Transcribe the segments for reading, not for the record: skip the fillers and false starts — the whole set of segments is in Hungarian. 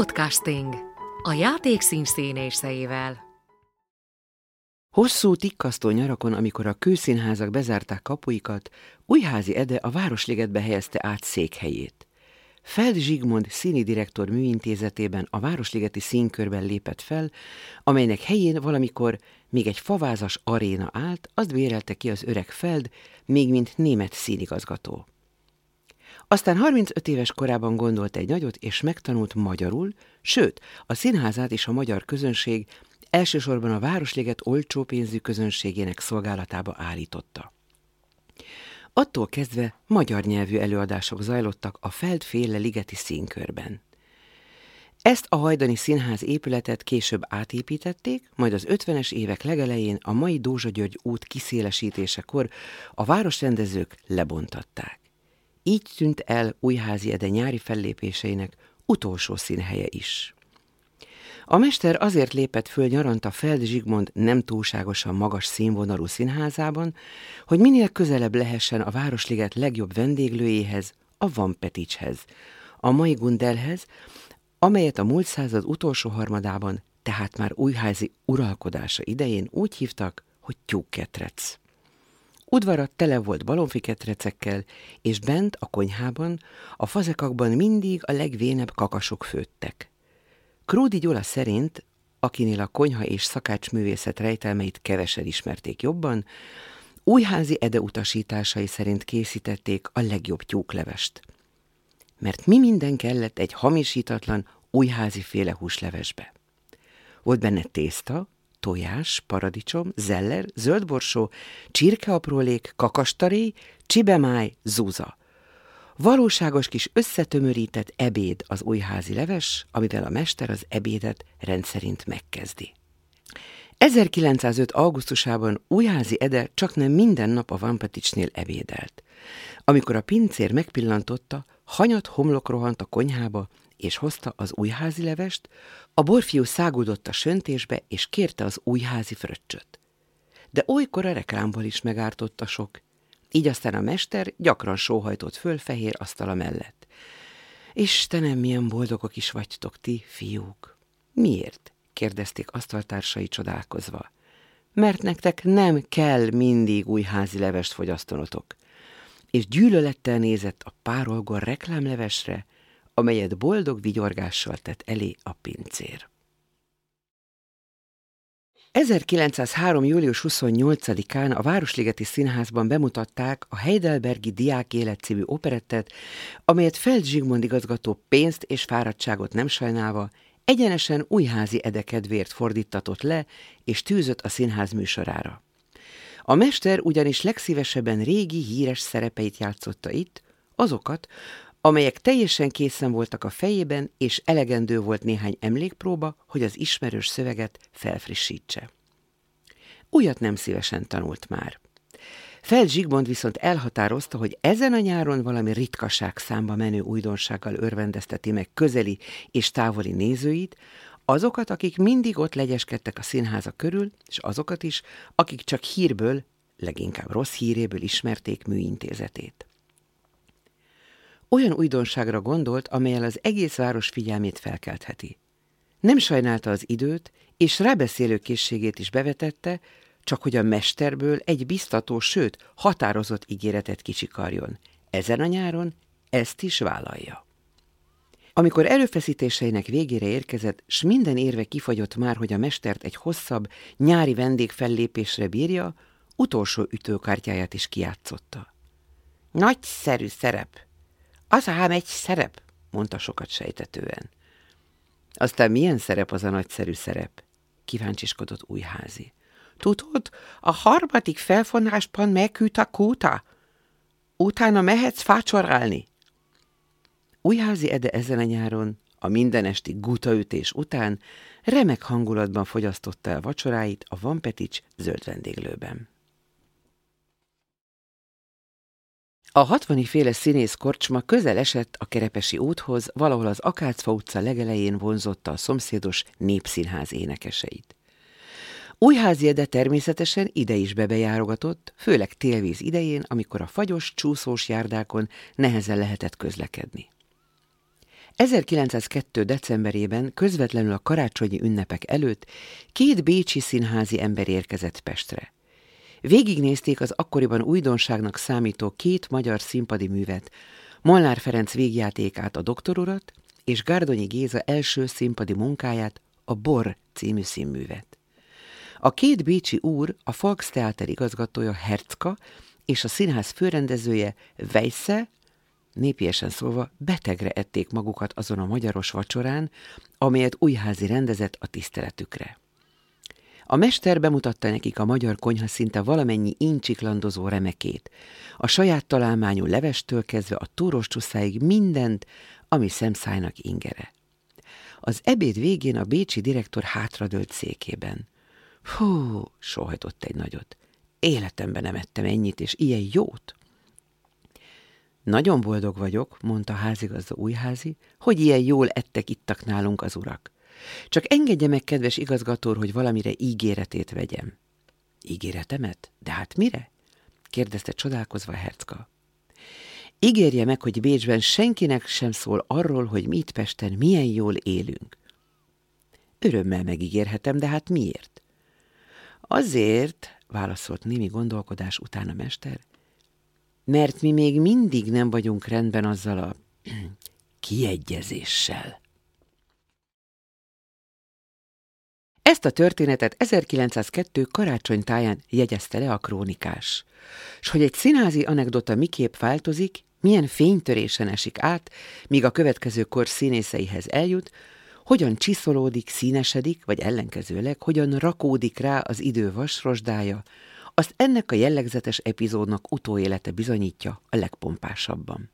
Podcasting. A játék színéseivel. Hosszú, tikkasztó nyarakon, amikor a kőszínházak bezárták kapuikat, Újházi Ede a Városligetbe helyezte át székhelyét. Feld Zsigmond színidirektor műintézetében a Városligeti színkörben lépett fel, amelynek helyén valamikor még egy favázas aréna állt, azt bérelte ki az öreg Feld, még mint német színigazgató. Aztán 35 éves korában gondolt egy nagyot, és megtanult magyarul, sőt, a színházát és a magyar közönség elsősorban a Városliget olcsó pénzű közönségének szolgálatába állította. Attól kezdve magyar nyelvű előadások zajlottak a Feld-féle ligeti színkörben. Ezt a hajdani színház épületet később átépítették, majd az 50-es évek legelején a mai Dózsa György út kiszélesítésekor a városrendezők lebontatták. Így tűnt el Újházi Ede nyári fellépéseinek utolsó színhelye is. A mester azért lépett föl nyaranta Feld Zsigmond nem túlságosan magas színvonalú színházában, hogy minél közelebb lehessen a Városliget legjobb vendéglőjéhez, a Van Petichhez, a mai Gundelhez, amelyet a múlt század utolsó harmadában, tehát már Újházi uralkodása idején úgy hívtak, hogy Tyúkketrec. Udvara tele volt balonfiketrecekkel, és bent a konyhában, a fazekakban mindig a legvénebb kakasok főttek. Kródi Gyula szerint, akinél a konyha és szakácsművészet rejtelmeit kevesen ismerték jobban, Újházi Ede utasításai szerint készítették a legjobb tyúklevest. Mert mi minden kellett egy hamisítatlan, újházi féle húslevesbe. Volt benne tészta, tojás, paradicsom, zeller, zöldborsó, csirkeaprólék, kakastaré, csibemáj, zúza. Valóságos kis összetömörített ebéd az újházi leves, amivel a mester az ebédet rendszerint megkezdi. 1905. augusztusában Újházi Ede csaknem minden nap a Van Petichnél ebédelt. Amikor a pincér megpillantotta, hanyat homlok rohant a konyhába, és hozta az újházi levest, a borfiú szágúdott a söntésbe, és kérte az újházi fröccsöt. De olykor a reklámból is megártotta sok. Így aztán a mester gyakran sóhajtott föl fehér asztala mellett. Istenem, milyen boldogok is vagytok ti, fiúk! Miért? Kérdezték asztaltársai csodálkozva. Mert nektek nem kell mindig újházi levest fogyasztanotok. És gyűlölettel nézett a párolgó reklámlevesre, amelyet boldog vigyorgással tett elé a pincér. 1903. július 28-án a Városligeti Színházban bemutatták a Heidelbergi Diákélet című operettet, amelyet Feld Zsigmond igazgató pénzt és fáradtságot nem sajnálva egyenesen Újházi Ede kedvéért fordítatott le és tűzött a színház műsorára. A mester ugyanis legszívesebben régi híres szerepeit játszotta itt, azokat, amelyek teljesen készen voltak a fejében, és elegendő volt néhány emlékpróba, hogy az ismerős szöveget felfrissítse. Újat nem szívesen tanult már. Feld Zsigmond viszont elhatározta, hogy ezen a nyáron valami ritkaság számba menő újdonsággal örvendezteti meg közeli és távoli nézőit, azokat, akik mindig ott legyeskedtek a színházak körül, és azokat is, akik csak hírből, leginkább rossz híréből ismerték műintézetét. Olyan újdonságra gondolt, amellyel az egész város figyelmét felkeltheti. Nem sajnálta az időt, és rábeszélő készségét is bevetette, csak hogy a mesterből egy biztató, sőt, határozott ígéretet kicsikarjon. Ezen a nyáron ezt is vállalja. Amikor erőfeszítéseinek végére érkezett, s minden érve kifagyott már, hogy a mestert egy hosszabb, nyári vendégfellépésre bírja, utolsó ütőkártyáját is kijátszotta. Nagyszerű szerep! Az ám egy szerep, mondta sokat sejtetően. Aztán milyen szerep az a nagyszerű szerep? Kíváncsiskodott Újházi. Tudod, a harmadik felfonásban megüt a kúta. Utána mehetsz fácsorálni. Újházi Ede ezen a nyáron, a mindenesti gutaütés után remek hangulatban fogyasztotta el vacsoráit a Van Petich zöld vendéglőben. A 60 féle színész korcsma közel esett a Kerepesi úthoz, valahol az Akácfa utca legelején vonzotta a szomszédos Népszínház énekeseit. Újházi Ede természetesen ide is bebejárogatott, főleg télvíz idején, amikor a fagyos, csúszós járdákon nehezen lehetett közlekedni. 1902. decemberében, közvetlenül a karácsonyi ünnepek előtt 2 bécsi színházi ember érkezett Pestre. Végignézték az akkoriban újdonságnak számító 2 magyar színpadi művet, Molnár Ferenc végjátékát, a Doktorurat, és Gárdonyi Géza első színpadi munkáját, a Bor című színművet. A 2 bécsi úr, a Volkstheater igazgatója Hertzka és a színház főrendezője Weisse, népiesen szólva, betegre ették magukat azon a magyaros vacsorán, amelyet Újházy rendezett a tiszteletükre. A mester bemutatta nekik a magyar konyha szinte valamennyi incsiklandozó remekét, a saját találmányú levestől kezdve a túros csuszáig mindent, ami szemszájnak ingere. Az ebéd végén a bécsi direktor hátradőlt székében. Hú, sóhajtott egy nagyot. Életemben nem ettem ennyit, és ilyen jót. Nagyon boldog vagyok, mondta házigazda Újházy, hogy ilyen jól ettek-ittak nálunk az urak. Csak engedje meg, kedves igazgató, hogy valamire ígéretét vegyem. Ígéretemet? De hát mire? Kérdezte csodálkozva Hertzka. Ígérje meg, hogy Bécsben senkinek sem szól arról, hogy mi itt Pesten milyen jól élünk. Örömmel megígérhetem, de hát miért? Azért, válaszolt némi gondolkodás után a mester, mert mi még mindig nem vagyunk rendben azzal a kiegyezéssel. Ezt a történetet 1902. karácsonytáján jegyezte le a krónikás. S hogy egy színházi anekdota miképp változik, milyen fénytörésen esik át, míg a következő kor színészeihez eljut, hogyan csiszolódik, színesedik, vagy ellenkezőleg, hogyan rakódik rá az idő vasrosdája, azt ennek a jellegzetes epizódnak utóélete bizonyítja a legpompásabban.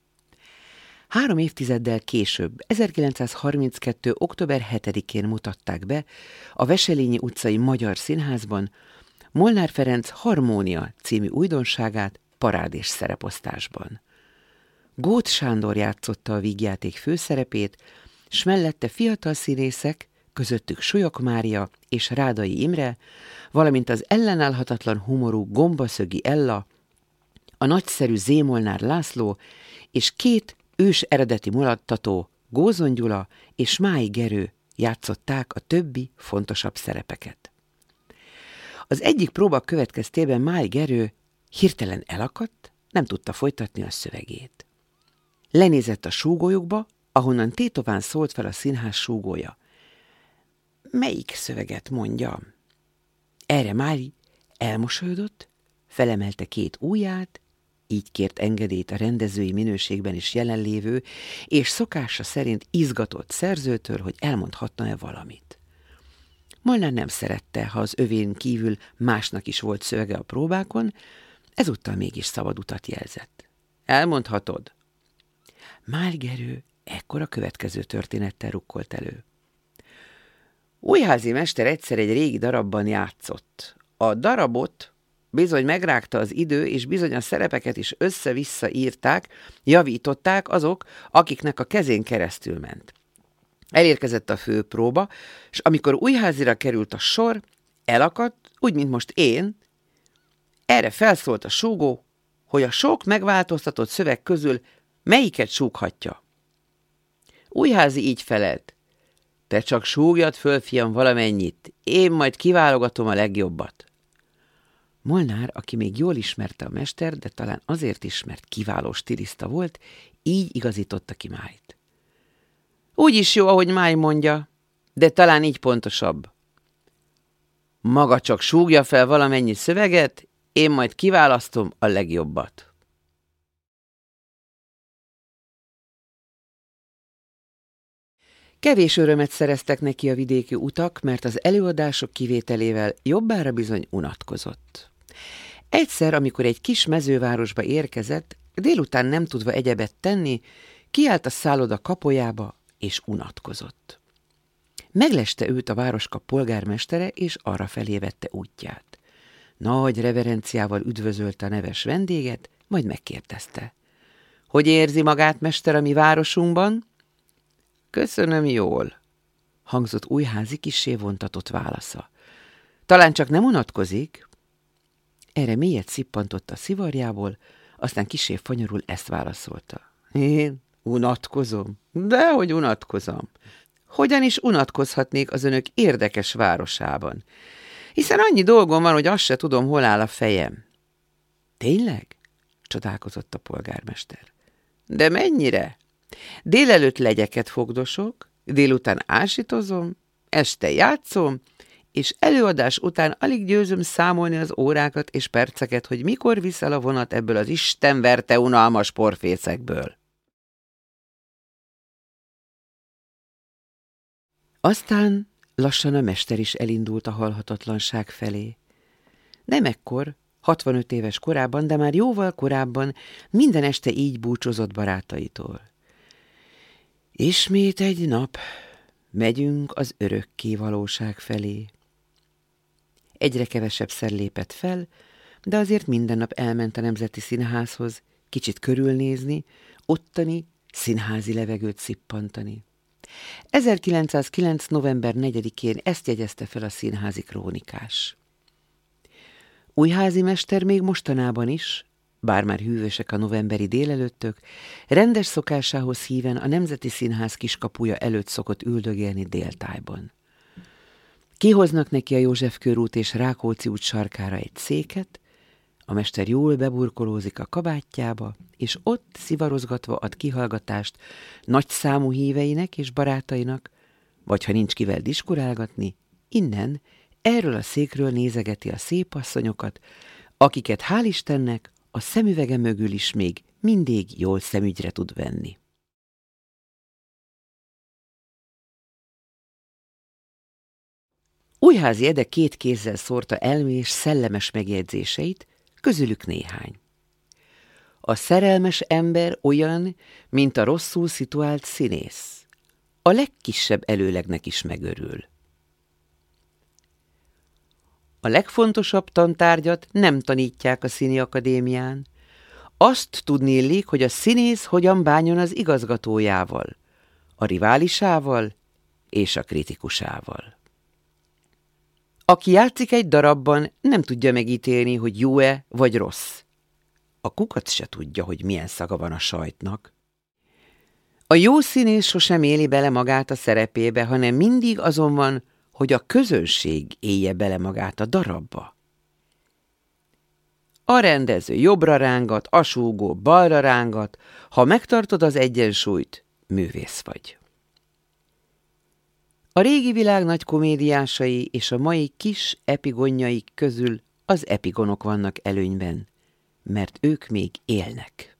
3 évtizeddel később, 1932. október 7-én mutatták be a Veselényi utcai Magyar Színházban Molnár Ferenc Harmónia című újdonságát parádés szereposztásban. Góth Sándor játszotta a vígjáték főszerepét, s mellette fiatal színészek, közöttük Sulyok Mária és Rádai Imre, valamint az ellenállhatatlan humorú Gombaszögi Ella, a nagyszerű Zémolnár László és 2 ős eredeti mulattató, Gózon Gyula és Mályi Gerő játszották a többi fontosabb szerepeket. Az egyik próba következtében Mályi Gerő hirtelen elakadt, nem tudta folytatni a szövegét. Lenézett a súgójukba, ahonnan tétován szólt fel a színház súgója. Melyik szöveget mondjam? Erre Mályi elmosolyodott, felemelte 2 ujját, így kért engedélyt a rendezői minőségben is jelenlévő, és szokása szerint izgatott szerzőtől, hogy elmondhatna-e valamit. Molnár nem szerette, ha az övén kívül másnak is volt szövege a próbákon, ezúttal mégis szabad utat jelzett. Elmondhatod? Mályi Gerő ekkor a következő történettel rukkolt elő. Újházy mester egyszer egy régi darabban játszott. A darabot bizony megrágta az idő, és bizony a szerepeket is össze-vissza írták, javították azok, akiknek a kezén keresztül ment. Elérkezett a főpróba, és amikor Újházyra került a sor, elakadt, úgy, mint most én. Erre felszólt a súgó, hogy a sok megváltoztatott szöveg közül melyiket súghatja. Újházy így felelt. Te csak súgjad föl, fiam, valamennyit, én majd kiválogatom a legjobbat. Molnár, aki még jól ismerte a mester, de talán azért is, mert kiváló stiliszta volt, így igazította ki Mályt. Úgy is jó, ahogy Mály mondja, de talán így pontosabb. Maga csak súgja fel valamennyi szöveget, én majd kiválasztom a legjobbat. Kevés örömet szereztek neki a vidéki utak, mert az előadások kivételével jobbára bizony unatkozott. Egyszer, amikor egy kis mezővárosba érkezett, délután nem tudva egyebet tenni, kiállt a szálloda kapujába, és unatkozott. Megleste őt a városka polgármestere, és arrafelé vette útját. Nagy reverenciával üdvözölte a neves vendéget, majd megkérdezte. Hogy érzi magát, mester, a mi városunkban? Köszönöm, jól, hangzott Újházy kissé vontatott válasza. Talán csak nem unatkozik? Erre mélyet szippantott a szivarjából, aztán kissé fanyarul ezt válaszolta. Én Unatkozom? Dehogy unatkozom. Hogyan is unatkozhatnék az önök érdekes városában? Hiszen annyi dolgom van, hogy azt se tudom, hol áll a fejem. Tényleg? Csodálkozott a polgármester. De mennyire? Délelőtt legyeket fogdosok, délután ásítozom, este játszom, és előadás után alig győzöm számolni az órákat és perceket, hogy mikor viszel a vonat ebből az istenverte unalmas porfészekből. Aztán lassan a mester is elindult a halhatatlanság felé. Nem ekkor, 65 éves korában, de már jóval korábban minden este így búcsúzott barátaitól. Ismét egy nap, megyünk az örökké valóság felé. Egyre kevesebbszer lépett fel, de azért minden nap elment a Nemzeti Színházhoz, kicsit körülnézni, ottani színházi levegőt szippantani. 1909. november 4-én ezt jegyezte fel a színházi krónikás. Újházi mester még mostanában is, bár már hűvösek a novemberi délelőttök, rendes szokásához híven a Nemzeti Színház kiskapuja előtt szokott üldögélni déltájban. Kihoznak neki a József körút és Rákóczi út sarkára egy széket, a mester jól beburkolózik a kabátjába, és ott szivarozgatva ad kihallgatást nagy számú híveinek és barátainak, vagy ha nincs kivel diskurálgatni, innen, erről a székről nézegeti a szép asszonyokat, akiket hál' Istennek a szemüvege mögül is még mindig jól szemügyre tud venni. Újházi Ede 2 kézzel szórta elmés, szellemes megjegyzéseit, közülük néhány. A szerelmes ember olyan, mint a rosszul szituált színész. A legkisebb előlegnek is megörül. A legfontosabb tantárgyat nem tanítják a Színi Akadémián. Azt tudniillik, hogy a színész hogyan bánjon az igazgatójával, a riválisával és a kritikusával. Aki játszik egy darabban, nem tudja megítélni, hogy jó-e vagy rossz. A kukac se tudja, hogy milyen szaga van a sajtnak. A jó színész sosem éli bele magát a szerepébe, hanem mindig azon van, hogy a közönség élje bele magát a darabba. A rendező jobbra rángat, a súgó balra rángat, ha megtartod az egyensúlyt, művész vagy. A régi világ nagy komédiásai és a mai kis epigonjaik közül az epigonok vannak előnyben, mert ők még élnek.